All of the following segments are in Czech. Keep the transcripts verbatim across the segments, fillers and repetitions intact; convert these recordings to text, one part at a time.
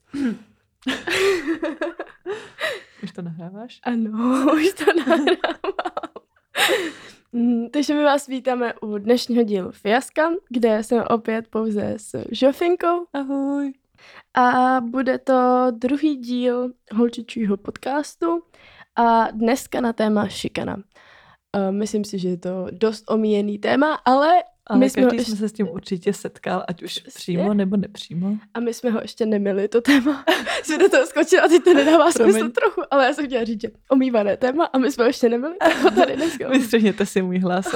Už to nahráváš? Ano, už to nahrávám. Mm, Takže my vás vítáme u dnešního dílu Fiaska, kde jsem opět pouze s Žofinkou. Ahoj. A bude to druhý díl holčičího podcastu a dneska na téma šikana. Uh, myslím si, že je to dost omíjený téma, ale, ale my jsme, každý ještě... jsme se s tím určitě setkal, ať už přímo nebo nepřímo. A my jsme ho ještě neměli, to téma. Jsme do toho skočili a teď to nedává smysl trochu, ale já jsem chtěla říct, že omývané téma a my jsme ho ještě neměli, tak ho tady dneska. Vystřihněte si můj hlas.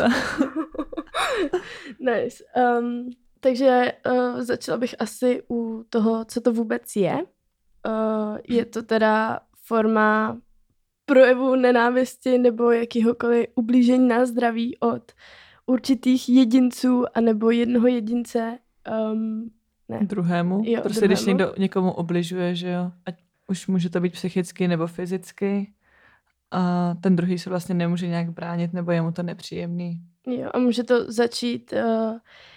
Nice. Um, takže uh, začala bych asi u toho, co to vůbec je. Uh, je to teda forma projevu nenávisti nebo jakýhokoliv ublížení na zdraví od určitých jedinců anebo jednoho jedince. Um, ne. Druhému. Jo, prostě druhému. Když někdo někomu ubližuje, že jo, ať už může to být psychicky nebo fyzicky, a ten druhý se vlastně nemůže nějak bránit nebo je mu to nepříjemný. Jo, a může to začít uh,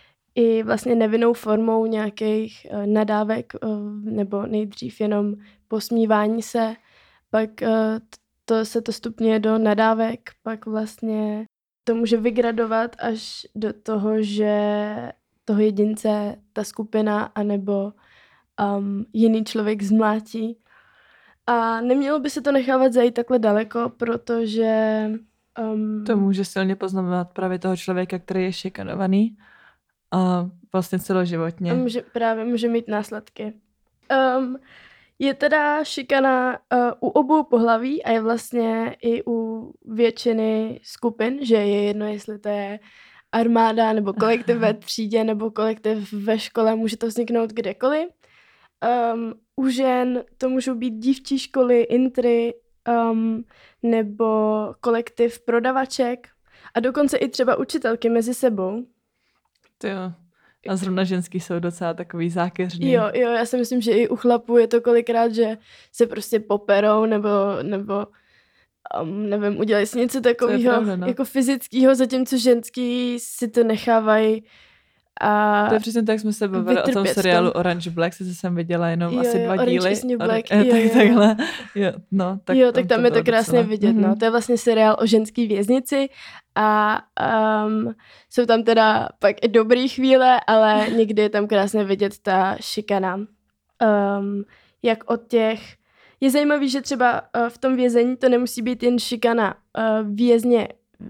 i vlastně nevinnou formou nějakých uh, nadávek uh, nebo nejdřív jenom posmívání se, pak uh, to se to stupňuje do nadávek, pak vlastně to může vygradovat až do toho, že toho jedince ta skupina anebo um, jiný člověk zmlátí. A nemělo by se to nechávat zajít takhle daleko, protože Um, to může silně poznamenat právě toho člověka, který je šikanovaný a vlastně celoživotně. A může, právě může mít následky. Um, je teda šikana uh, u obou pohlaví a je vlastně i u většiny skupin, že je jedno, jestli to je armáda nebo kolektiv ve třídě nebo kolektiv ve škole, může to vzniknout kdekoliv. Um, u žen to můžou být dívčí školy, intry, Um, nebo kolektiv prodavaček a dokonce i třeba učitelky mezi sebou. To jo. A zrovna ženský jsou docela takový zákeřný. Jo, jo, já si myslím, že i u chlapů je to kolikrát, že se prostě poperou nebo, nebo um, nevím, udělají si něco takového no. jako fyzického, zatímco ženský si to nechávají. A to je přesně tak, jsme se bavili o tom seriálu Orange Black, sice jsem viděla jenom jo, asi jo, dva Orange díly. Is New Black. Or- jo, tak, jo, takhle. Jo, no, tak jo, tak tam, tam je to krásně docela vidět. No. Mm-hmm. To je vlastně seriál o ženský věznici a um, jsou tam teda pak i dobrý chvíle, ale někdy je tam krásně vidět ta šikana. Um, jak od těch... Je zajímavý, že třeba uh, v tom vězení to nemusí být jen šikana uh, vězně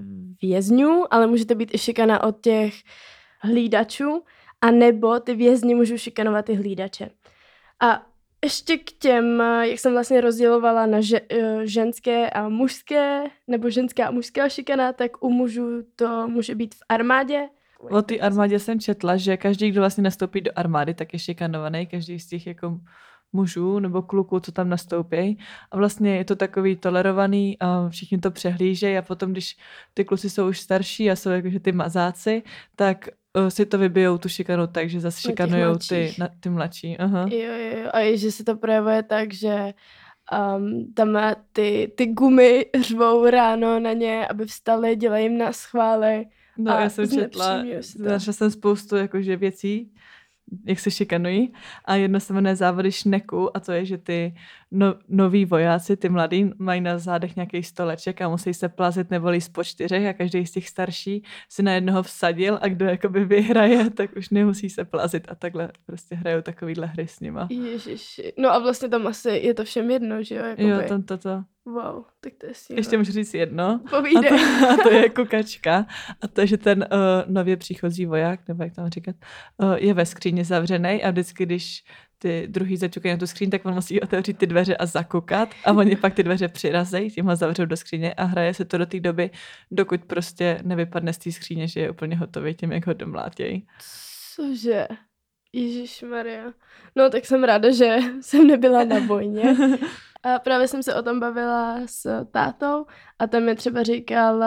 vězňů, ale může to být i šikana od těch hlídačů, a nebo ty vězni můžou šikanovat i hlídače. A ještě k těm, jak jsem vlastně rozdělovala na že, ženské a mužské, nebo ženská a mužská šikana, tak u mužů to může být v armádě. O té armádě jsem četla, že každý, kdo vlastně nastoupí do armády, tak je šikanovaný, každý z těch jako mužů nebo kluků, co tam nastoupí. A vlastně je to takový tolerovaný a všichni to přehlížejí a potom, když ty kluci jsou už starší a jsou jakože ty mazáci, tak uh, si to vybijou tu šikanu tak, že zase šikanujou ty, na, ty mladší. Aha. Jo, jo, a je, že se to projevuje tak, že um, tam ty, ty gumy řvou ráno na ně, aby vstali, dělají jim na schvály. No, já jsem četla, našla jsem spoustu jakože věcí, jak se šikanují a jedno se jmenuje závody šneku a to je, že ty no, noví vojáci, ty mladí, mají na zádech nějaký stoleček a musí se plazit nebo líst po čtyřech a každý z těch starší si na jednoho vsadil a kdo jakoby vyhraje, tak už nemusí se plazit a takhle prostě hrajou takovýhle hry s nima. Ježiši. No a vlastně tam asi je to všem jedno, že jo? Jakoby. Jo, tam toto. Wow, tak to je síla. Ještě můžu říct jedno. Povídej. A to, a to je kukačka. A to je, že ten uh, nově příchozí voják, nebo jak tam říkat, uh, je ve skříni zavřenej a vždycky, když ty druhý začukají na tu skříň, tak on musí otevřít ty dveře a zakukat a oni pak ty dveře přirazej, tím ho zavřou do skříně a hraje se to do té doby, dokud prostě nevypadne z té skříně, že je úplně hotový tím, jak ho domlátějí. Cože? Ježišmarja. No tak jsem ráda, že jsem nebyla na vojně. A právě jsem se o tom bavila s tátou a tam mi třeba říkal,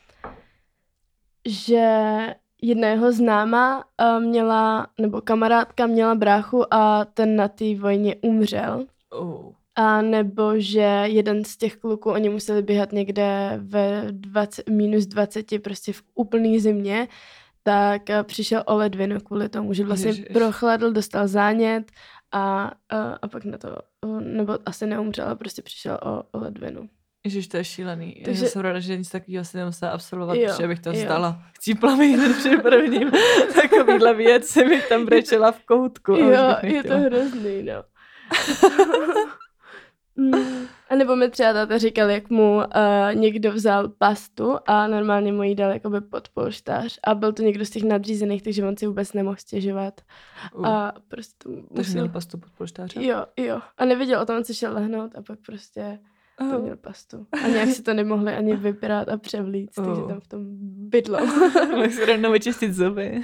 že jedna jeho známá měla, nebo kamarádka měla bráchu a ten na té vojně umřel. Oh. A nebo že jeden z těch kluků, oni museli běhat někde ve dvacet, minus dvacet, prostě v úplný zimě, tak přišel o ledvinu kvůli tomu, že vlastně Ježiš. prochladl, dostal zánět a, a, a pak na to, nebo asi neumřel, ale prostě přišel o, o ledvinu. Ježiš, to je šílený. Takže... Já jsem ráda, že nic takového si nemusela absolvovat, jo, protože bych to jo. vzdala. Chcípla bych hned při prvním. Takovýhle věc se mi tam brečela v koutku. Jo, je to hrozný, no. A nebo mi třeba táta říkal, jak mu uh, někdo vzal pastu a normálně mu ji dal jakoby pod polštář a byl to někdo z těch nadřízených, takže on si vůbec nemohl stěžovat. Uh, a prostě to musel... Takže měl pastu pod polštářem? Jo, jo. A nevěděl o tom, on se šel lehnout a pak prostě uh. to měl pastu. A nějak si to nemohli ani vyprat a převlít, uh. takže tam v tom bydlo. Mohl si rovnou vyčistit zuby.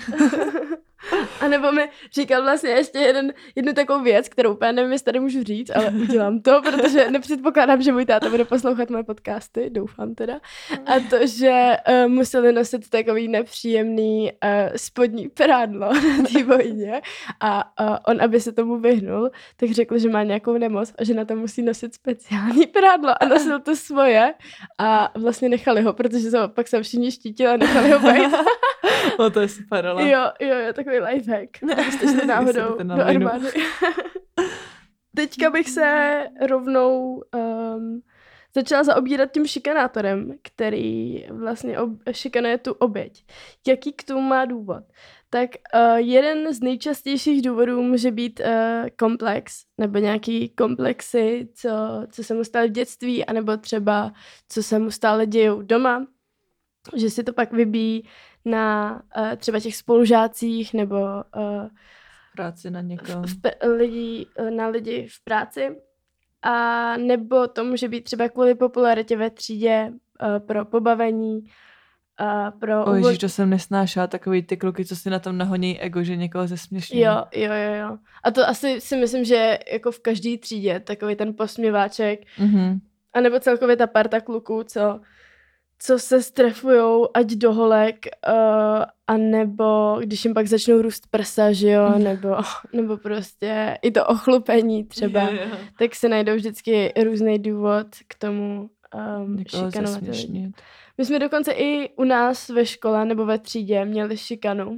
A nebo mi říkal vlastně ještě jeden, jednu takovou věc, kterou úplně nevím, jestli tady můžu říct, ale udělám to, protože nepředpokládám, že můj táta bude poslouchat moje podcasty, doufám teda. A to, že uh, museli nosit takový nepříjemný uh, spodní prádlo na té vojně a uh, on, aby se tomu vyhnul, tak řekl, že má nějakou nemoc a že na to musí nosit speciální prádlo a nosil to svoje a vlastně nechali ho, protože se pak se všichni štítili a nechali ho být. No to je super, ale... Jo, jo, jo, takový lifehack. Abyste šli náhodou do armády. Teďka bych se rovnou um, začala zaobírat tím šikanátorem, který vlastně ob- šikanuje tu oběť. Jaký k tomu má důvod? Tak uh, jeden z nejčastějších důvodů může být uh, komplex, nebo nějaký komplexy, co, co se mu staly v dětství, anebo třeba, co se mu stále dějou doma, že si to pak vybíjí na uh, třeba těch spolužácích nebo uh, v práci na někom. V, v, lidí, na lidi v práci. A nebo to může být třeba kvůli popularitě ve třídě, uh, pro pobavení, uh, pro... O ježiš, to jsem nesnášela, takový ty kluky, co si na tom nahoní ego, že někoho zesměšní. Jo, jo, jo, jo. A to asi si myslím, že jako v každý třídě takový ten posměváček, mm-hmm. a nebo celkově ta parta kluků, co co se strefujou ať do holek, uh, a nebo když jim pak začnou růst prsa, že jo, nebo, nebo prostě i to ochlupení třeba, yeah, yeah. tak se najdou vždycky různý důvod k tomu um, šikanovat. My jsme dokonce i u nás ve škole nebo ve třídě měli šikanu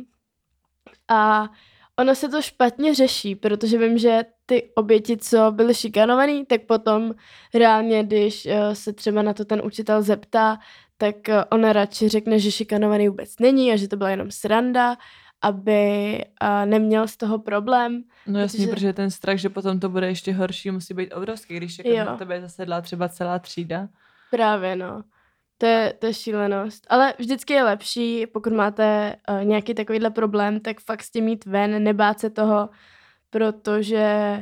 a ono se to špatně řeší, protože vím, že ty oběti, co byly šikanovaný, tak potom reálně, když uh, se třeba na to ten učitel zeptá, tak ona radši řekne, že šikanovaný vůbec není a že to byla jenom sranda, aby uh, neměl z toho problém. No jasně, protože... protože ten strach, že potom to bude ještě horší, musí být obrovský, když jako na tebe zasedla třeba celá třída. Právě, no. To je, to je šílenost. Ale vždycky je lepší, pokud máte uh, nějaký takovýhle problém, tak fakt s tím jít ven, nebát se toho, protože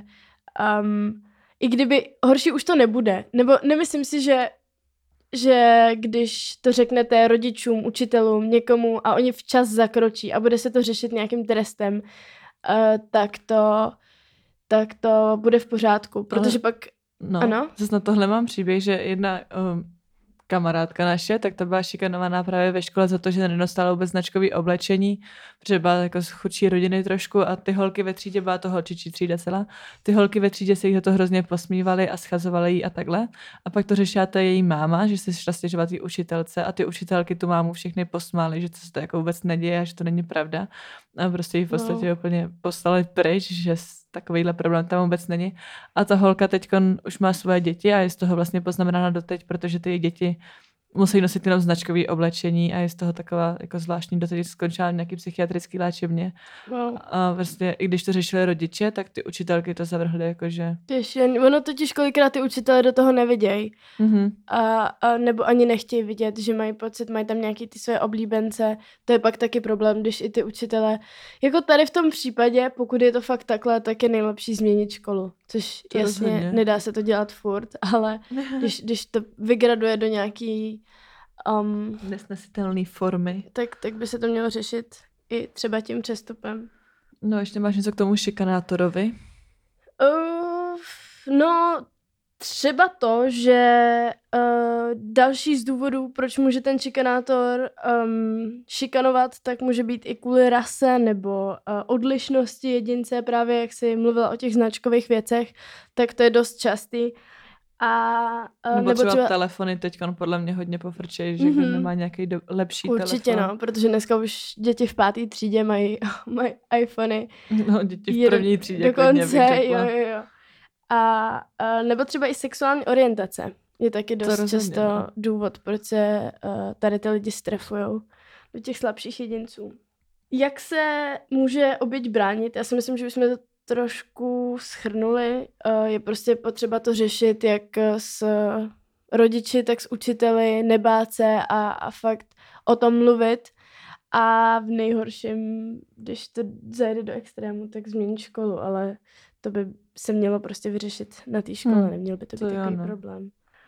um, i kdyby horší už to nebude. Nebo nemyslím si, že že když to řeknete rodičům, učitelům, někomu a oni včas zakročí a bude se to řešit nějakým trestem, uh, tak, to, tak to bude v pořádku, protože Ale, pak... No, ano? zase na tohle mám příběh, že jedna um, kamarádka naše, tak to byla šikanovaná právě ve škole za to, že nedostala vůbec značkový oblečení, protože byla jako z chudší rodiny trošku a ty holky ve třídě, byla to holčičí třída celá, ty holky ve třídě se jí za to hrozně posmívaly a schazovaly jí a takhle. A pak to řešila ta její máma, že se šla stěžovat té učitelce a ty učitelky tu mámu všechny posmály, že to se to jako vůbec neděje a že to není pravda. A prostě jí v podstatě no. úplně poslali pryč, že takovýhle problém tam vůbec není. A ta holka teď už má svoje děti a je z toho vlastně poznamenána doteď, protože ty děti musí nosit jenom značkový oblečení a je z toho taková jako zvláštní, doteď skončila nějaký psychiatrický léčebně. Wow. A vlastně i když to řešili rodiče, tak ty učitelky to zavrhly jakože... Těž, ono totiž kolikrát ty učitelé do toho nevidějí. Mm-hmm. A, a nebo ani nechtějí vidět, že mají pocit, mají tam nějaký ty své oblíbence. To je pak taky problém, když i ty učitelé... Jako tady v tom případě, pokud je to fakt takhle, tak je nejlepší změnit školu. Což to jasně rozhodně. Nedá se to dělat furt, ale když, když to vygraduje do nějaký Um, nesnesitelné formy. Tak, tak by se to mělo řešit i třeba tím přestupem. No, ještě máš něco k tomu šikanátorovi? Uh, no, třeba to, že uh, další z důvodů, proč může ten šikanátor um, šikanovat, tak může být i kvůli rase nebo uh, odlišnosti jedince, právě jak jsi mluvila o těch značkových věcech, tak to je dost častý. A, uh, nebo, nebo třeba, třeba telefony teď podle mě hodně pofrčejí, že mm-hmm. nemá nějaký do, lepší Určitě telefon. no, protože dneska už děti v páté třídě mají, mají iPhony. No, děti v první třídě dokonce, jo, jo, jo. A, a nebo třeba i sexuální orientace je taky dost rozumím, často no. důvod, proč se uh, tady ty lidi strefujou do těch slabších jedinců. Jak se může oběť bránit? Já si myslím, že bychom to trošku shrnuli. Uh, je prostě potřeba to řešit jak s rodiči, tak s učiteli, nebát se a, a fakt o tom mluvit. A v nejhorším, když to zajde do extrému, tak změnit školu, ale to by se mělo prostě vyřešit na té škole, hmm, neměl by to, to být takový no. problém.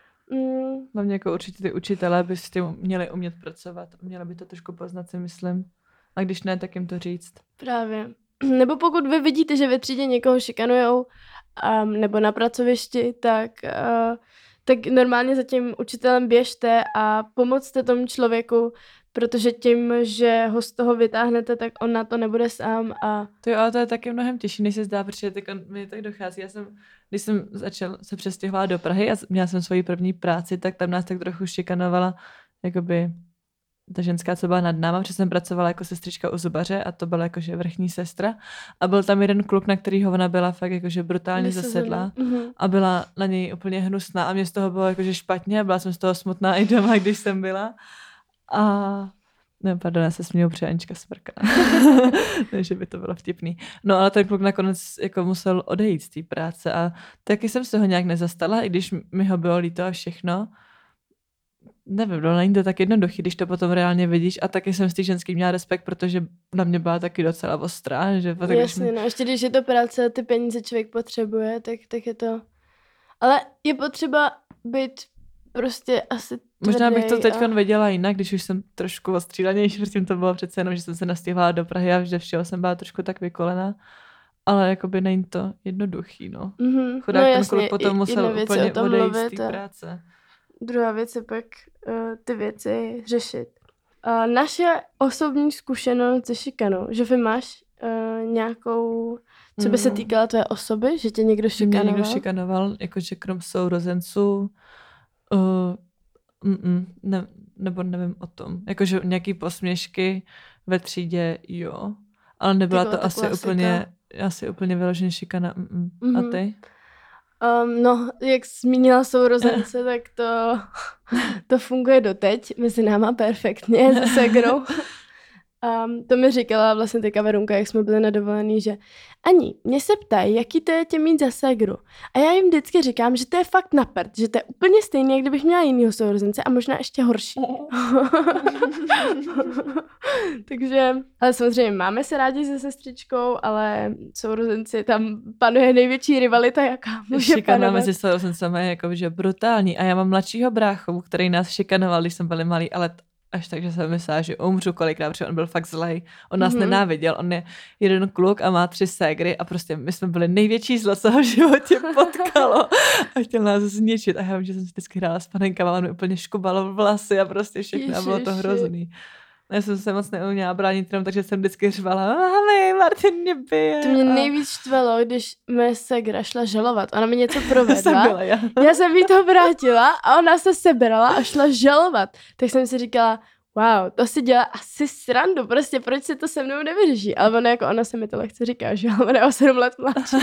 Mm. Hlavně jako určitě ty učitelé by s tím měli umět pracovat. Měli by to trošku poznat, si myslím. A když ne, tak jim to říct. Právě. Nebo pokud vy vidíte, že ve třídě někoho šikanujou, um, nebo na pracovišti, tak, uh, tak normálně za tím učitelem běžte a pomocte tomu člověku, protože tím, že ho z toho vytáhnete, tak on na to nebude sám. A... To jo, ale to je taky mnohem těžší, než se zdá, protože tak on, mi tak dochází. Já jsem, když jsem začal se přestěhovat do Prahy a měla jsem svoji první práci, tak tam nás tak trochu šikanovala jakoby ta ženská, co byla nad náma, protože jsem pracovala jako sestřička u zubaře a to byla jakože vrchní sestra a byl tam jeden kluk, na kterýho ona byla fakt jakože brutálně zasedla mm-hmm. a byla na něj úplně hnusná a mě z toho bylo jakože špatně a byla jsem z toho smutná i doma, když jsem byla a ne, pardon, já se směju, protože Anička smrká. Ne, že by to bylo vtipný. No ale ten kluk nakonec jako musel odejít z té práce a taky jsem se ho nějak nezastala, i když mi ho bylo líto a všechno. Nevím, no není to tak jednoduchý, když to potom reálně vidíš a taky jsem z té ženský měla respekt, protože na mě byla taky docela ostrá. Že tak, jasně, mi... no ještě když je to práce a ty peníze člověk potřebuje, tak, tak je to... Ale je potřeba být prostě asi možná bych to teď a... věděla jinak, když už jsem trošku ostřílenější, protože to bylo přece jenom, že jsem se nastěhovala do Prahy a vždy všeho jsem byla trošku tak vykolená. Ale jakoby není to jednoduchý, no. Mm-hmm. Chudák no, ten jasně, kluk potom musel úplně odejít z té práce. Druhá věc je pak uh, ty věci řešit. Uh, naše osobní zkušenost se šikanou, že vy máš uh, nějakou, co by se týkala tvé osoby, že tě někdo šikanoval? Mě někdo šikanoval, jakože krom sourozenců, uh, ne, nebo nevím o tom. Jakože nějaký posměšky ve třídě, jo. Ale nebyla to asi klasika. úplně, asi úplně vyloženě šikana. Mm-hmm. A ty? Um, no, jak zmínila sourozence, tak to, to funguje doteď mezi náma perfektně se segrou. Um, to mi říkala vlastně teďka Verunka, jak jsme byli na dovolený, že Ani, mě se ptají, jaký to je tě mít za ségru. A já jim vždycky říkám, že to je fakt na prd, že to je úplně stejné, jak kdybych měla jinýho sourozence a možná ještě horší. Takže, ale samozřejmě máme se rádi se sestřičkou, ale sourozenci, tam panuje největší rivalita, jaká může Šikana panovat. mezi sourozencema je jako, že brutální. A já mám mladšího bráchu, který nás šikanoval, když jsme byli malí, ale až tak, že jsem myslela, že umřu kolikrát, protože on byl fakt zlej. On nás mm-hmm. nenáviděl, on je jeden kluk a má tři ségry a prostě my jsme byli největší zlo, co ho v životě potkalo a chtěl nás zničit. A já vím, že jsem si vždycky hrála s panenkama, on mi úplně škubalo vlasy a prostě všechno a bylo to hrozný. Já jsem se moc neuměla bránit, jenom, takže jsem vždycky řvala, mami, Martin mě bije. To mě a... nejvíc štvalo, když mé ségra šla žalovat. Ona mi něco provedla. jsem byla, já. já jsem jí to vrátila a ona se sebrala a šla žalovat. Tak jsem si říkala, wow, to si dělá asi srandu, prostě proč se to se mnou nevyřeší. Ale ona, jako ona se mi to lehce říká, že ona je o sedm let mladší.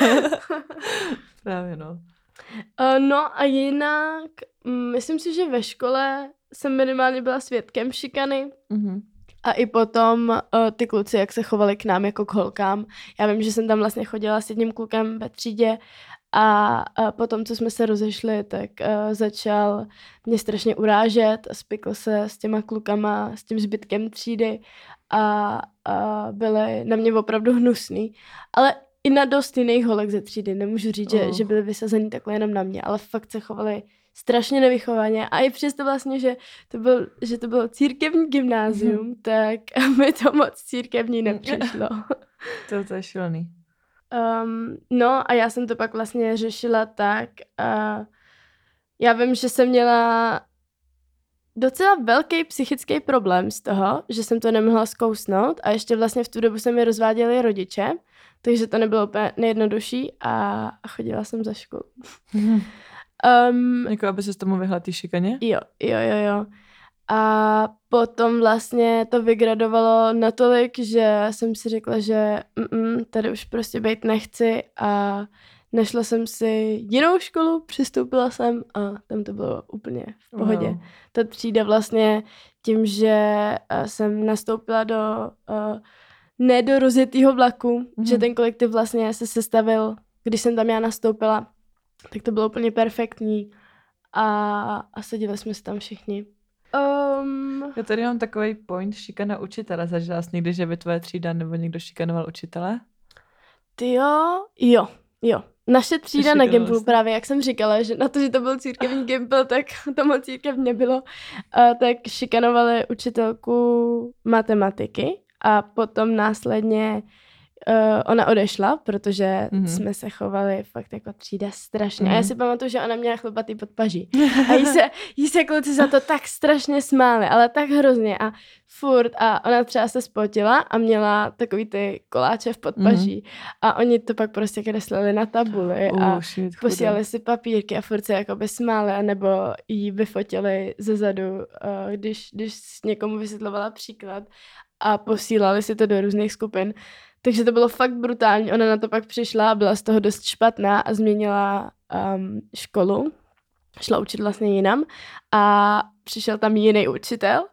Právě no. Uh, no a jinak, myslím si, že ve škole jsem minimálně byla svědkem šikany. Mm-hmm. A i potom uh, ty kluci, jak se chovali k nám jako k holkám. Já vím, že jsem tam vlastně chodila s jedním klukem ve třídě a, a potom, co jsme se rozešli, tak uh, začal mě strašně urážet a spikl se s těma klukama, s tím zbytkem třídy a, a byli na mě opravdu hnusný. Ale i na dost jiných holek ze třídy. Nemůžu říct, oh. že, že byli vysazený takhle jenom na mě, ale fakt se chovali strašně nevychovaně a i přesto vlastně, že to, byl, že to bylo církevní gymnázium, mm. tak mi to moc církevní nepřišlo. to, to je šílený. Um, no a já jsem to pak vlastně řešila tak, uh, já vím, že jsem měla docela velký psychický problém z toho, že jsem to nemohla zkousnout a ještě vlastně v tu dobu se mi rozváděli rodiče, takže to nebylo úplně nejjednodušší a, a chodila jsem za školu. Mm. Um, jako aby se s tomu vyhla tý šikaně? Jo, jo, jo, jo. A potom vlastně to vygradovalo natolik, že jsem si řekla, že mm, tady už prostě být nechci a našla jsem si jinou školu, přistoupila jsem a tam to bylo úplně v pohodě. Wow. Ta třída vlastně tím, že jsem nastoupila do uh, ne do rozjetýho vlaku, mm. že ten kolektiv vlastně se sestavil, když jsem tam já nastoupila, tak to bylo úplně perfektní a, a seděli jsme se tam všichni. Um... Já tady mám takový point, šikana učitele. Zažila jsi někdy, že by tvoje třída nebo někdo šikanoval učitele? Ty jo, jo, jo. Naše třída na Gimplu právě, jak jsem říkala, že na to, že to byl církevní Gimpl, tak to moc církev nebylo, a tak šikanovali učitelku matematiky a potom následně Uh, ona odešla, protože mm-hmm. jsme se chovali fakt jako třída strašně. Mm-hmm. A já si pamatuju, že ona měla chlupatý podpaží. A jí se, jí se kluci za to tak strašně smáli, ale tak hrozně a furt. A ona třeba se spotila a měla takový ty koláče v podpaží. Mm-hmm. A oni to pak prostě kreslili na tabuli uh, a shit, posílali si papírky a furt se jakoby smáli, nebo jí vyfotili ze zadu, uh, když, když někomu vysvětlovala příklad a posílali si to do různých skupin. Takže to bylo fakt brutální. Ona na to pak přišla a byla z toho dost špatná a změnila um, školu. Šla učit vlastně jinam a přišel tam jiný učitel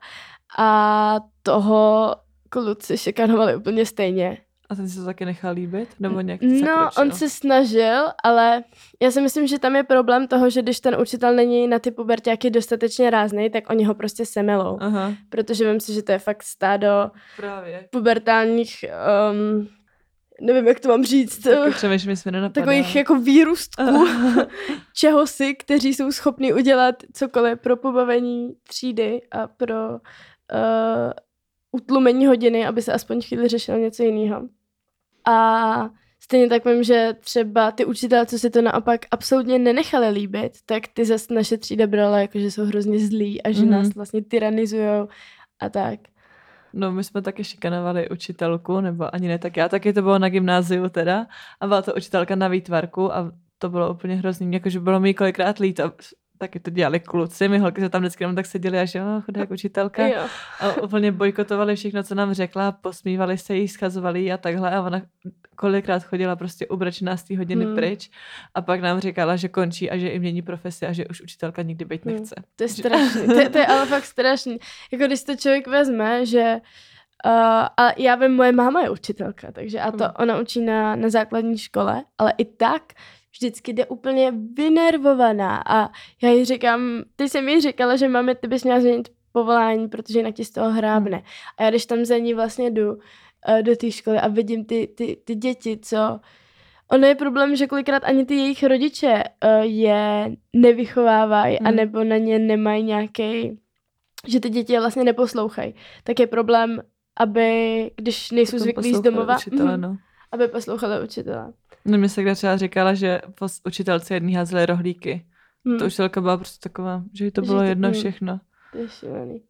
a toho kluci šikanovali úplně stejně. A ten si to taky nechal líbit? Nebo nějak No, on se snažil, ale já si myslím, že tam je problém toho, že když ten učitel není na ty puberťáky dostatečně ráznej, tak oni ho prostě semelou. Aha. Protože vím si, že to je fakt stádo Právě. pubertálních, um, nevím, jak to mám říct, takových jako výrůstků čehosi, kteří jsou schopni udělat cokoliv pro pobavení třídy a pro uh, utlumení hodiny, aby se aspoň chvíli řešilo něco jiného. A stejně tak vím, že třeba ty učitelé, co si to naopak absolutně nenechali líbit, tak ty zase naše třída brala, jako že jsou hrozně zlí a že mm-hmm. nás vlastně tyranizujou a tak. No, my jsme taky šikanovali učitelku, nebo ani ne, tak já taky to bylo na gymnáziu teda a byla to učitelka na výtvarku a to bylo úplně hrozný, jakože bylo mi kolikrát líto. Taky to dělali kluci, my holky se tam vždycky jenom tak seděli a že jo, chudák učitelka. Jo. A úplně bojkotovali všechno, co nám řekla, posmívali se jí, schazovali jí a takhle a ona kolikrát chodila prostě ubrečená z té hodiny hmm. pryč a pak nám říkala, že končí a že jim mění profesi a že už učitelka nikdy být nechce. Hmm. To je strašný, to, to je ale fakt strašný. Jako když to člověk vezme, že uh, a já vím, moje máma je učitelka, takže a to hmm. ona učí na, na základní škole, ale i tak vždycky jde úplně vynervovaná a já jí říkám, ty jsi mi říkala, že mami, ty bys měla změnit povolání, protože jinak ti z toho hrábne. A já když tam za ní vlastně jdu uh, do té školy a vidím ty, ty, ty děti, co... Ono je problém, že kolikrát ani ty jejich rodiče uh, je nevychovávají hmm. anebo na ně nemají nějaký, že ty děti je vlastně neposlouchají. Tak je problém, aby, když nejsou zvyklí z domova, učitele, no. aby poslouchali učitele. No, mě se kde třeba říkala, že po učitelce jedný házeli rohlíky. Hmm. To učitelka byla prostě taková, že jí to bylo že jedno to, všechno. To je šílený.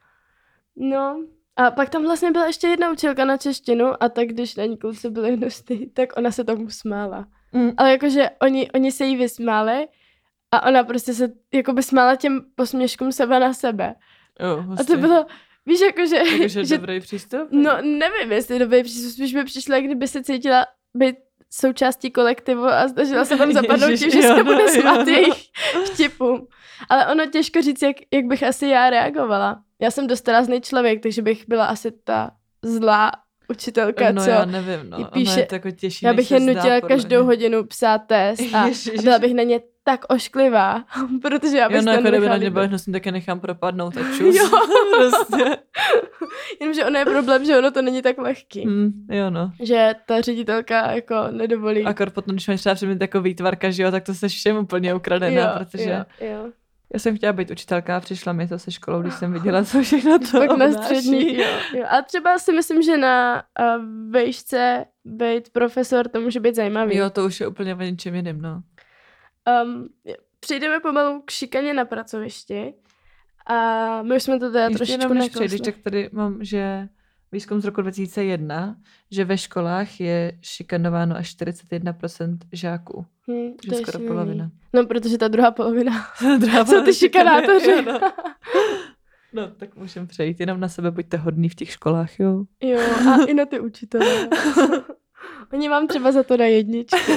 No, a pak tam vlastně byla ještě jedna učitelka na češtinu a tak když na ní kluci byli hnusný, tak ona se tomu smála. Hmm. Ale jakože oni, oni se jí vysmáli a ona prostě se jakoby smála těm posměškům sebe na sebe. Jo, a to bylo, víš, jakože... Jakože že, dobrý přístup? No, nevím, jestli dobrý přístup, spíš by přišla, kdyby se cítila být součástí kolektivu a snažila se tam zapadnout tím, že se bude smát jejich vtipům. Ale ono těžko říct, jak, jak bych asi já reagovala. Já jsem dost rázný člověk, takže bych byla asi ta zlá učitelka, no, co já nevím, no. píše. Je to jako těžší, já bych je nutila každou hodinu psát test a, a byla bych na ně tak ošklivá, protože já bych jo, no, jako kdyby na ně bylo hnusný, tak je nechám propadnout a čus. Jo. Prostě. Jenomže ono je problém, že ono to není tak lehký. Mm, jo, no. Že ta ředitelka jako nedovolí. Akor potom, když máš třeba předmět jako výtvarka, že jo, tak to se všem úplně ukradená, jo, protože jo, jo. já jsem chtěla být učitelka a přišla mi to se školou, když jsem viděla, co všechno to pak obnáší. Na střední, jo, jo. A třeba si myslím, že na uh, vejšce být profesor, to může být zajímavý. Jo, to už je úplně o něčem jiným, no. Um, přejdeme pomalu k šikaně na pracovišti a my už jsme to teda ještě trošičku jenom než nakousli. přejdeš, tak tady mám, že výzkum z roku dva tisíce jedna, že ve školách je šikanováno až čtyřicet jedna procent žáků. Hmm, že skoro šílený. polovina. No, protože ta druhá polovina druhá jsou ty šikanátoři. no. no, tak můžeme přejít. Jenom na sebe buďte hodný v těch školách, jo. Jo, a i na ty učitele. Oni vám třeba za to dají jedničky.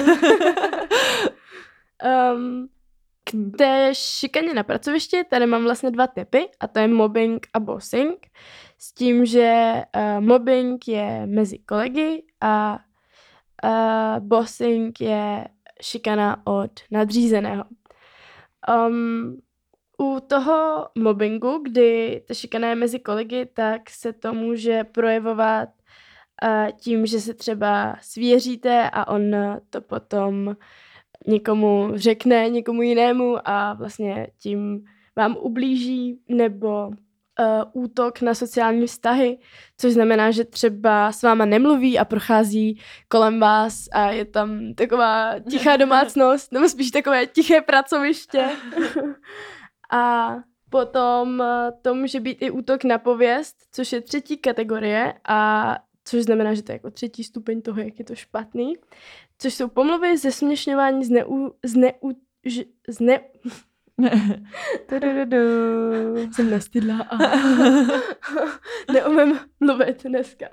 um, k té šikaně na pracovišti tady mám vlastně dva typy, a to je mobbing a bossing. S tím, že uh, mobbing je mezi kolegy a uh, bossing je šikana od nadřízeného. Um, u toho mobbingu, kdy ta šikana je mezi kolegy, tak se to může projevovat uh, tím, že se třeba svěříte a on to potom někomu řekne, někomu jinému a vlastně tím vám ublíží, nebo uh, útok na sociální vztahy, což znamená, že třeba s váma nemluví a prochází kolem vás a je tam taková tichá domácnost, nebo spíš takové tiché pracoviště. A potom to může být i útok na pověst, což je třetí kategorie, a což znamená, že to je jako třetí stupeň toho, jak je to špatný. Což jsou pomluvy, zesměšňování, zneu... zneu... ž... zne... Jsem nastydlá a neumím mluvit dneska.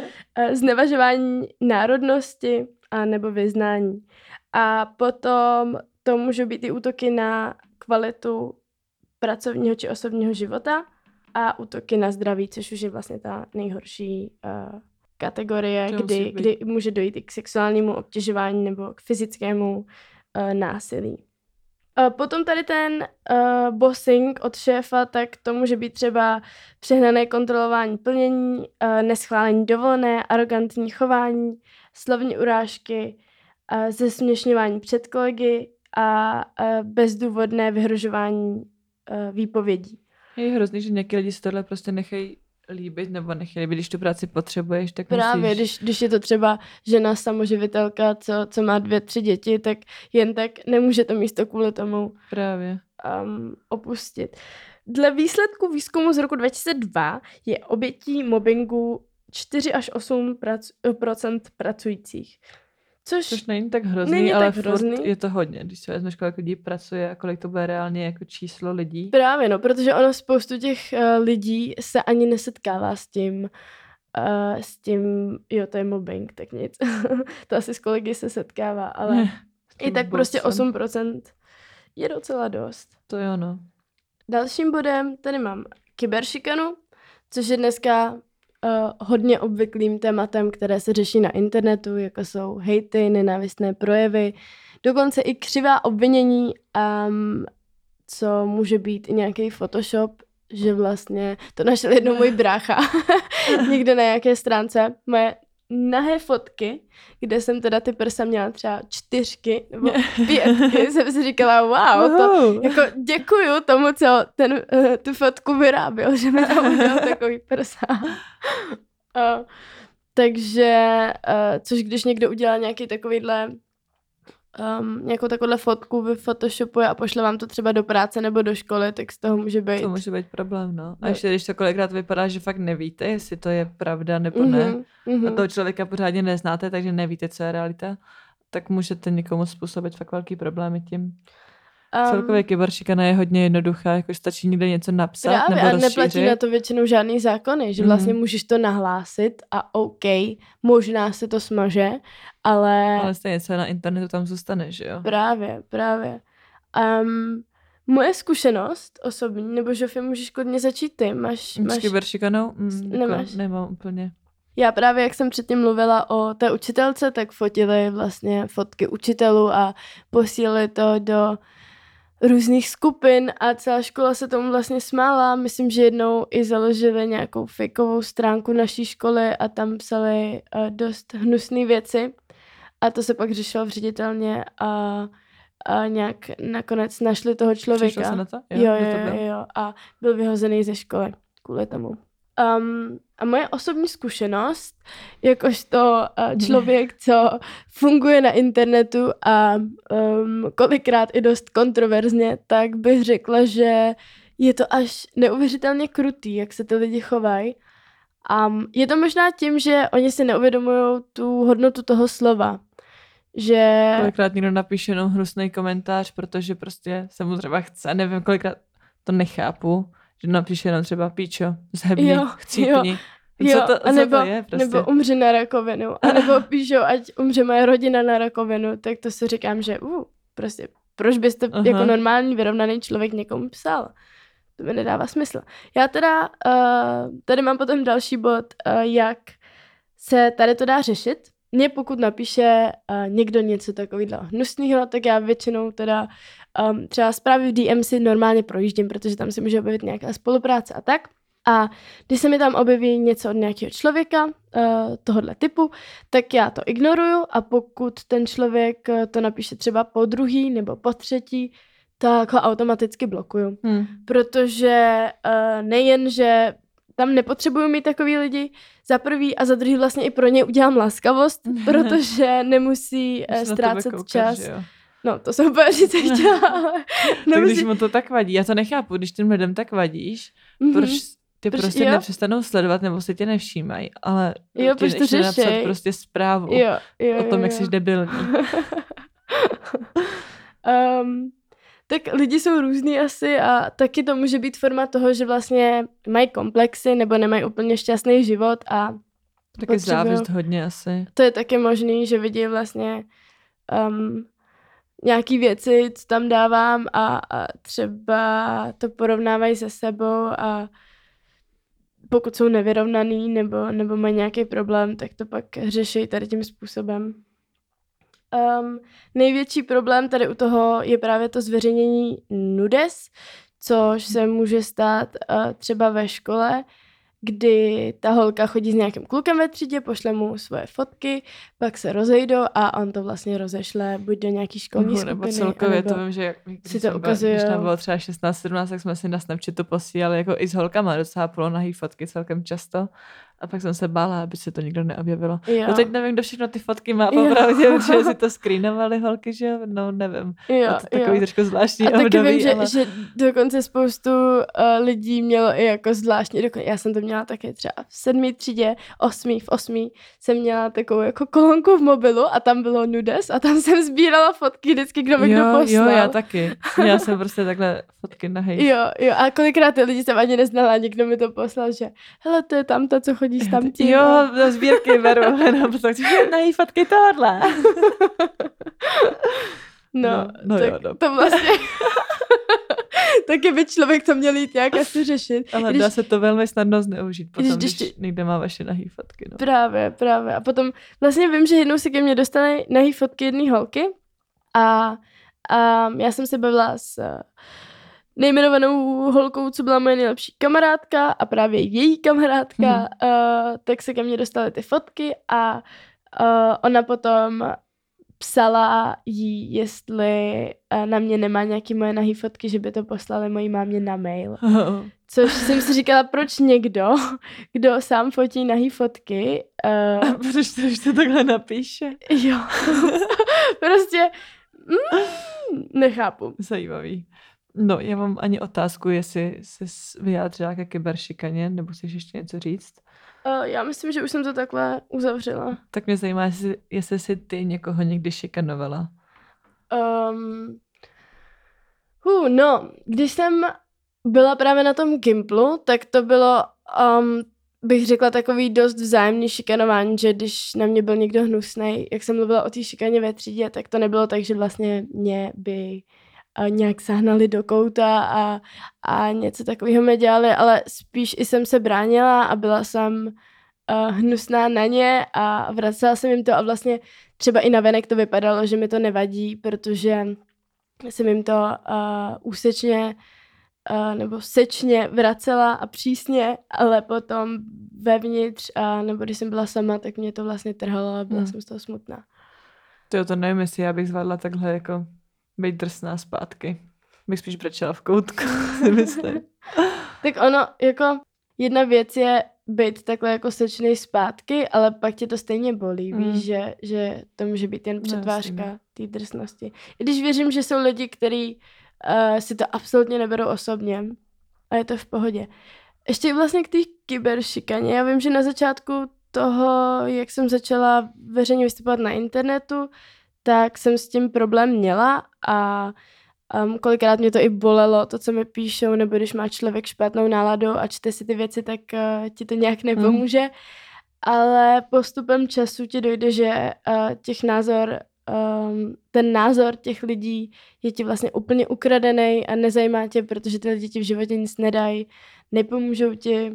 Znevažování národnosti a nebo vyznání. A potom to můžou být i útoky na kvalitu pracovního či osobního života a útoky na zdraví, což už je vlastně ta nejhorší uh, kategorie, kdy, kdy může dojít i k sexuálnímu obtěžování nebo k fyzickému uh, násilí. Uh, potom tady ten uh, bossing od šéfa, tak to může být třeba přehnané kontrolování plnění, uh, neschválení dovolené, arrogantní chování, slovní urážky, uh, zesměšňování před kolegy a uh, bezdůvodné vyhrožování uh, výpovědí. Je hrozný, že nějaký lidi si tohle prostě nechají líbit nebo nechají líbit, když tu práci potřebuješ, tak Právě, musíš... když, když je to třeba žena samoživitelka, co, co má dvě, tři děti, tak jen tak nemůže to místo kvůli tomu Právě. Um, opustit. Dle výsledku výzkumu z roku dva tisíce dva je obětí mobbingu čtyři až osm procent pracujících. Což, Což není tak hrozný, není ale tak furt hrozný. Je to hodně. Když se vezmeš, kolik lidí pracuje a kolik to bude reálně jako číslo lidí. Právě, no, protože ono spoustu těch uh, lidí se ani nesetkává s tím, uh, s tím, jo, to je mobbing, tak nic. To asi s kolegy se setkává, ale Ne, i tak prostě osm procent je docela dost. To jo, no. Dalším bodem tady mám kyberšikanu, což je dneska uh, hodně obvyklým tématem, které se řeší na internetu, jako jsou hejty, nenávistné projevy, dokonce i křivá obvinění, um, co může být i nějaký Photoshop, že vlastně to našel jednou můj brácha někde na nějaké stránce. Moje nahé fotky, kde jsem teda ty prsa měla třeba čtyřky nebo pětky, jsem si říkala, wow, to, jako děkuju tomu, co ten, uh, tu fotku vyráběl, že mi tam udělal takový prsa. uh, takže, uh, což když někdo udělá nějaký takovýhle Um, nějakou takovouhle fotku vyphotoshopuje a pošle vám to třeba do práce nebo do školy, tak z toho může být... To může být problém, no. A ještě když to kolikrát vypadá, že fakt nevíte, jestli to je pravda nebo ne, mm-hmm. a toho člověka pořádně neznáte, takže nevíte, co je realita, tak můžete někomu způsobit fakt velký problémy tím. Um, Celkově kyberšikana je hodně jednoduchá, jako stačí někde něco napsat právě, nebo a rozšířit. Neplatí na to většinou žádný zákony, že vlastně mm. můžeš to nahlásit a OK, možná se to smaže, ale... Ale stejně co na internetu tam zůstane, že jo? Právě, právě. Um, moje zkušenost osobní, nebo Žofie, můžeš klidně začít ty, máš... máš... S kyberšikanou? Mm, Nemáš? Nemám úplně. Já právě, jak jsem předtím mluvila o té učitelce, tak fotili vlastně fotky učitelů a posílali to do různých skupin a celá škola se tomu vlastně smála. Myslím, že jednou i založili nějakou fejkovou stránku naší školy a tam psali uh, dost hnusné věci a to se pak řešilo v ředitelně a, a nějak nakonec našli toho člověka. Přišlo se na to? Jo, jo, jo, jo, jo a byl vyhozený ze školy kvůli tomu. Um, a moje osobní zkušenost, jakožto uh, člověk, co funguje na internetu a um, kolikrát i dost kontroverzně, tak bych řekla, že je to až neuvěřitelně krutý, jak se ty lidi chovají. A je to možná tím, že oni si neuvědomují tu hodnotu toho slova. Že... Kolikrát někdo napíše jenom hnusný komentář, protože prostě se mu třeba chce, nevím, kolikrát to nechápu, že napíše jenom třeba píčo, zhebni, jo, chcípni. Jo. Co Jo, to, co nebo, to je prostě? Nebo umři na rakovinu. A nebo píšou, ať umře moje rodina na rakovinu, tak to si říkám, že uh, prostě, proč byste Aha. jako normální vyrovnaný člověk někomu psal? To mi nedává smysl. Já teda, uh, tady mám potom další bod, uh, jak se tady to dá řešit. Mně pokud napíše uh, někdo něco takového hnusného, tak já většinou teda um, třeba zprávy v D M si normálně projíždím, protože tam se může objevit nějaká spolupráce a tak. A když se mi tam objeví něco od nějakého člověka uh, tohohle typu, tak já to ignoruju a pokud ten člověk uh, to napíše třeba po druhý nebo po třetí, tak ho automaticky blokuju. Hmm. Protože uh, nejen, že tam nepotřebuju mít takový lidi, za prvý a za druhý vlastně i pro ně udělám laskavost, protože nemusí uh, ztrácet koukáš, čas. No, to jsem úplně říct chtěla, ale nemusí... Tak když mu to tak vadí, já to nechápu, když těm lidem tak vadíš, mm-hmm. proč ty proč, prostě jo? nepřestanou sledovat nebo si tě nevšímají, ale jo, ti ještě napsat prostě zprávu jo, jo, o tom, jo, jak jo. jsi debilní. um, tak lidi jsou různý asi a taky to může být forma toho, že vlastně mají komplexy nebo nemají úplně šťastný život a taky závist hodně asi. To je taky možný, že vidí vlastně um, nějaký věci, co tam dávám a, a třeba to porovnávají se sebou a pokud jsou nevyrovnaný nebo, nebo mají nějaký problém, tak to pak řeší tady tím způsobem. Um, největší problém tady u toho je právě to zveřejnění nudes, což se může stát uh, třeba ve škole, kdy ta holka chodí s nějakým klukem ve třídě, pošle mu svoje fotky, pak se rozejdou a on to vlastně rozešle buď do nějaký školní Uhu, skupiny. Nebo celkově to vím, že když, si to ukazuje, když nám bylo třeba šestnáct sedmnáct, tak jsme si na Snapchatu posílali jako i s holkama docela polonahý fotky celkem často. A pak jsem se bála, aby se to nikdo neobjevilo. No teď nevím, kdo všechno ty fotky má popravdě, protože si to screenovali holky, že jo? No nevím. Jo, a to takový jo. trošku zvláštní a období. taky vím, že, ale... že dokonce spoustu uh, lidí mělo i jako zvláštní, dokon... já jsem to měla taky třeba v sedmý třídě, osmý, v osmý jsem měla takovou jako kolonku v mobilu a tam bylo nudes a tam jsem sbírala fotky vždycky, kdo mi kdo poslal. Jo, já taky. Měla jsem prostě takhle fotky na hej. Jo, jo, a kolikrát ty lidi jsem ani neznala, někdo mi to poslal, že hele, to je tamta, co chodí s tamtím. Jo, do sbírky beru, no, protože na její fotky tohle. No, no, no tak jo, no. to vlastně... Taky by člověk to měl jít nějak asi řešit. Ale když... dá se to velmi snadno zneužít, potom, když, když, když někde má vaše nahý fotky. No. Právě, právě. A potom vlastně vím, že jednou si ke mně dostaly nahý fotky jedné holky a, a já jsem se bavila s nejmenovanou holkou, co byla moje nejlepší kamarádka a právě její kamarádka, hmm. uh, tak se ke mně dostaly ty fotky a uh, ona potom psala jí, jestli uh, na mě nemá nějaký moje nahý fotky, že by to poslali mojí mámě na mail. Oh. Což jsem si říkala, proč někdo, kdo sám fotí nahý fotky. Uh, proč to už to takhle napíše? Jo. Prostě mm, nechápu. Zajímavý. No, já mám ani otázku, jestli jsi vyjádřila ke kyberšikaně, nebo chceš ještě něco říct? Uh, já myslím, že už jsem to takhle uzavřela. Tak mě zajímá, jestli, jestli jsi ty někoho někdy šikanovala. Um, uh, no, když jsem byla právě na tom Gimplu, tak to bylo, um, bych řekla, takový dost vzájemný šikanování, že když na mě byl někdo hnusnej, jak jsem mluvila o té šikaně ve třídě, tak to nebylo tak, že vlastně mě by a nějak sahnali do kouta a, a něco takového mi dělali, ale spíš i jsem se bránila a byla jsem uh, hnusná na ně a vracela jsem jim to a vlastně třeba i navenek to vypadalo, že mi to nevadí, protože jsem jim to uh, úsečně uh, nebo sečně vracela a přísně, ale potom vevnitř a nebo když jsem byla sama, tak mě to vlastně trhalo a byla hmm. jsem z toho smutná. To, to nevím, jestli já bych zvládla takhle jako být drsná zpátky. Bych spíš brečela v koutku, si myslím. Tak ono, jako jedna věc je být takhle jako sečnej zpátky, ale pak tě to stejně bolí, mm. víš, že, že to může být jen přetvářka no, té drsnosti. I když věřím, že jsou lidi, kteří uh, si to absolutně neberou osobně a je to v pohodě. ještě vlastně k té kyberšikaně. Já vím, že na začátku toho, jak jsem začala veřejně vystupovat na internetu, tak jsem s tím problém měla a um, kolikrát mě to i bolelo, to, co mi píšou, nebo když má člověk špatnou náladu a čte si ty věci, tak uh, ti to nějak nepomůže. Mm. Ale postupem času ti dojde, že uh, těch názor, um, ten názor těch lidí je ti vlastně úplně ukradený a nezajímá tě, protože ty lidi ti v životě nic nedají, nepomůžou ti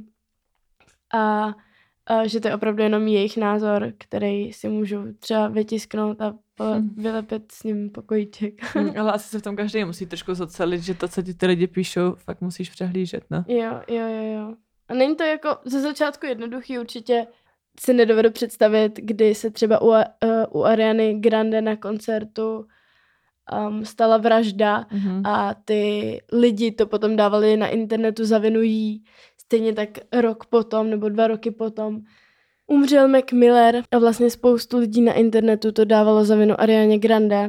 a a že to je opravdu jenom jejich názor, který si můžou třeba vytisknout a vylepit s ním pokojíček. Hmm, ale asi se v tom každý musí trošku zocelit, že to, co ti ty lidi píšou, fakt musíš přehlížet, no? Jo, jo, jo, jo. A není to jako ze začátku jednoduchý, určitě si nedovedu představit, kdy se třeba u, uh, u Ariany Grande na koncertu um, stala vražda mm-hmm. a ty lidi to potom dávali na internetu, zavinují. Stejně tak rok potom, nebo dva roky potom, umřel Mac Miller a vlastně spoustu lidí na internetu to dávalo za vinu Arianě Grande.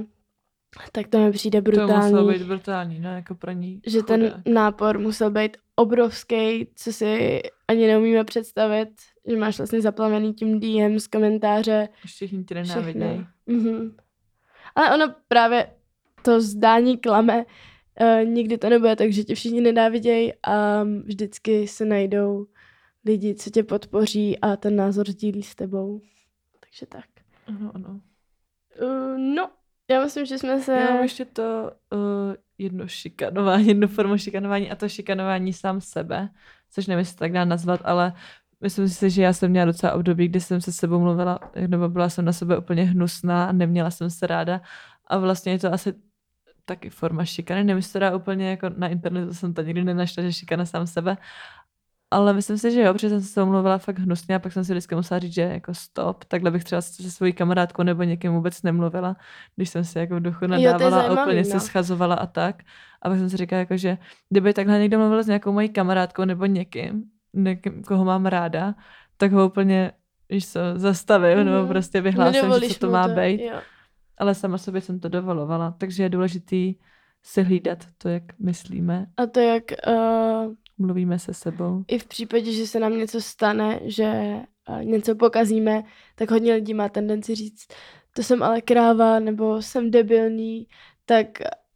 Tak to mi přijde brutální. To muselo být brutální, no, jako pro ní. Že chudák. Ten nápor musel být obrovský, co si ani neumíme představit, že máš vlastně zaplavený tím D M z komentáře. Všichni ti nenávidějí. Mhm. Ale ono právě to zdání klame, Uh, nikdy to nebude tak, že tě všichni nenávidějí a vždycky se najdou lidi, co tě podpoří a ten názor sdílí s tebou. Takže tak. Ano, ano. Uh, no, já myslím, že jsme se... Já mám ještě to uh, jedno šikanování, jednu formu šikanování a to šikanování sám sebe, což nevím, jestli tak dá nazvat, ale myslím si, že já jsem měla docela období, kdy jsem se sebou mluvila, nebo byla jsem na sebe úplně hnusná a neměla jsem se ráda a vlastně je to asi taky forma šikany. Nevím, jestli to dá úplně jako na internetu, jsem to nikdy nenašla, že šikana sám sebe. Ale myslím si, že jo, protože jsem se omluvila fakt hnusně a pak jsem si vždycky musela říct, že jako stop. Takhle bych třeba se svojí kamarádkou nebo někým vůbec nemluvila, když jsem si jako v duchu nadávala a úplně no. se schazovala a tak. A pak jsem si říkala, jako, že kdyby takhle někdo mluvil s nějakou mojí kamarádkou nebo někým, někým, koho mám ráda, tak ho úplně, víš co, zastavím, mm-hmm. nebo prostě vyhlásím, že co to má to, být. Jo. Ale sama sobě jsem to dovolovala, takže je důležitý si hlídat to, jak myslíme. A to, jak uh, mluvíme se sebou. I v případě, že se nám něco stane, že uh, něco pokazíme, tak hodně lidí má tendenci říct, to jsem ale kráva, nebo jsem debilní, tak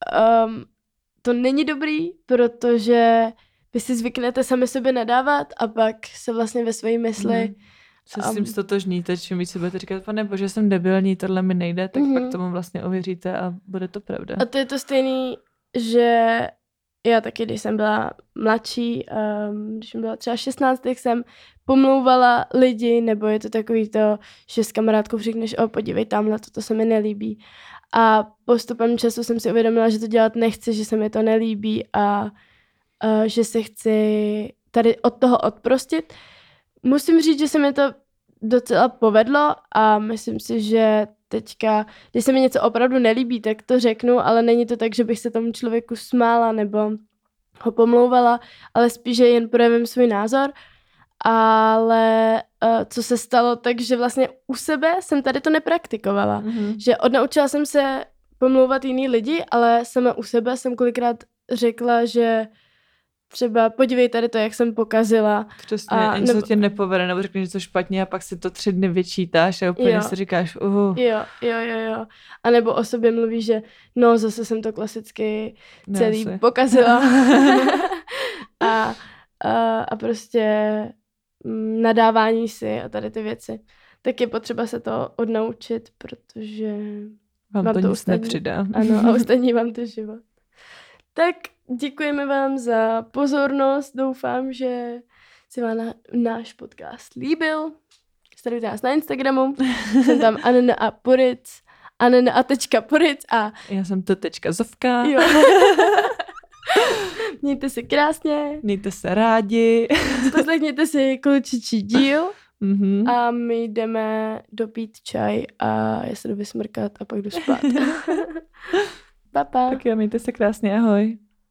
um, to není dobrý, protože vy si zvyknete sami sobě nadávat a pak se vlastně ve své mysli mm. se s tím stotožníte, čím víc si budete říkat, pane bože, jsem debilní, tohle mi nejde, tak mm-hmm. pak tomu vlastně ověříte a bude to pravda. A to je to stejný, že já taky, když jsem byla mladší, um, když jsem byla třeba šestnáct, tak jsem pomlouvala lidi, nebo je to takový to, že s kamarádkou řekneš, o podívej tamhle, toto se mi nelíbí. A postupem času jsem si uvědomila, že to dělat nechci, že se mi to nelíbí a uh, že se chci tady od toho odprostit. Musím říct, že se mi to docela povedlo a myslím si, že teďka, když se mi něco opravdu nelíbí, tak to řeknu, ale není to tak, že bych se tomu člověku smála nebo ho pomlouvala, ale spíš, že jen projevím svůj názor. Ale uh, co se stalo, takže vlastně u sebe jsem tady to nepraktikovala. Mm-hmm. Že odnaučila jsem se pomlouvat jiný lidi, ale sama u sebe jsem kolikrát řekla, že třeba podívej tady to, jak jsem pokazila. Přesně, a něco nebo... tě nepovede, nebo řekneš něco špatně a pak si to tři dny vyčítáš a úplně jo. si říkáš uhu. Jo, jo, jo, jo. A nebo o sobě mluvíš, že no, zase jsem to klasicky celý no, pokazila. a, a, a prostě m, nadávání si a tady ty věci. Tak je potřeba se to odnaučit, protože vám, vám to, to nic ostatní, nepřidá. Ano, a ostatní vám to život. Tak děkujeme vám za pozornost. Doufám, že se vám na, náš podcast líbil. Sledujte nás na Instagramu. Jsem tam Anna a Poric. Anna a tečka Poric a... Já jsem to tečka Zovka. Jo. Mějte se krásně. Mějte se rádi. Poslechněte si klučičí díl. Mm-hmm. A my jdeme dopít čaj a já se jdu vysmrkat a pak jdu spát. Pa, pa. Tak jo, mějte se krásně, ahoj.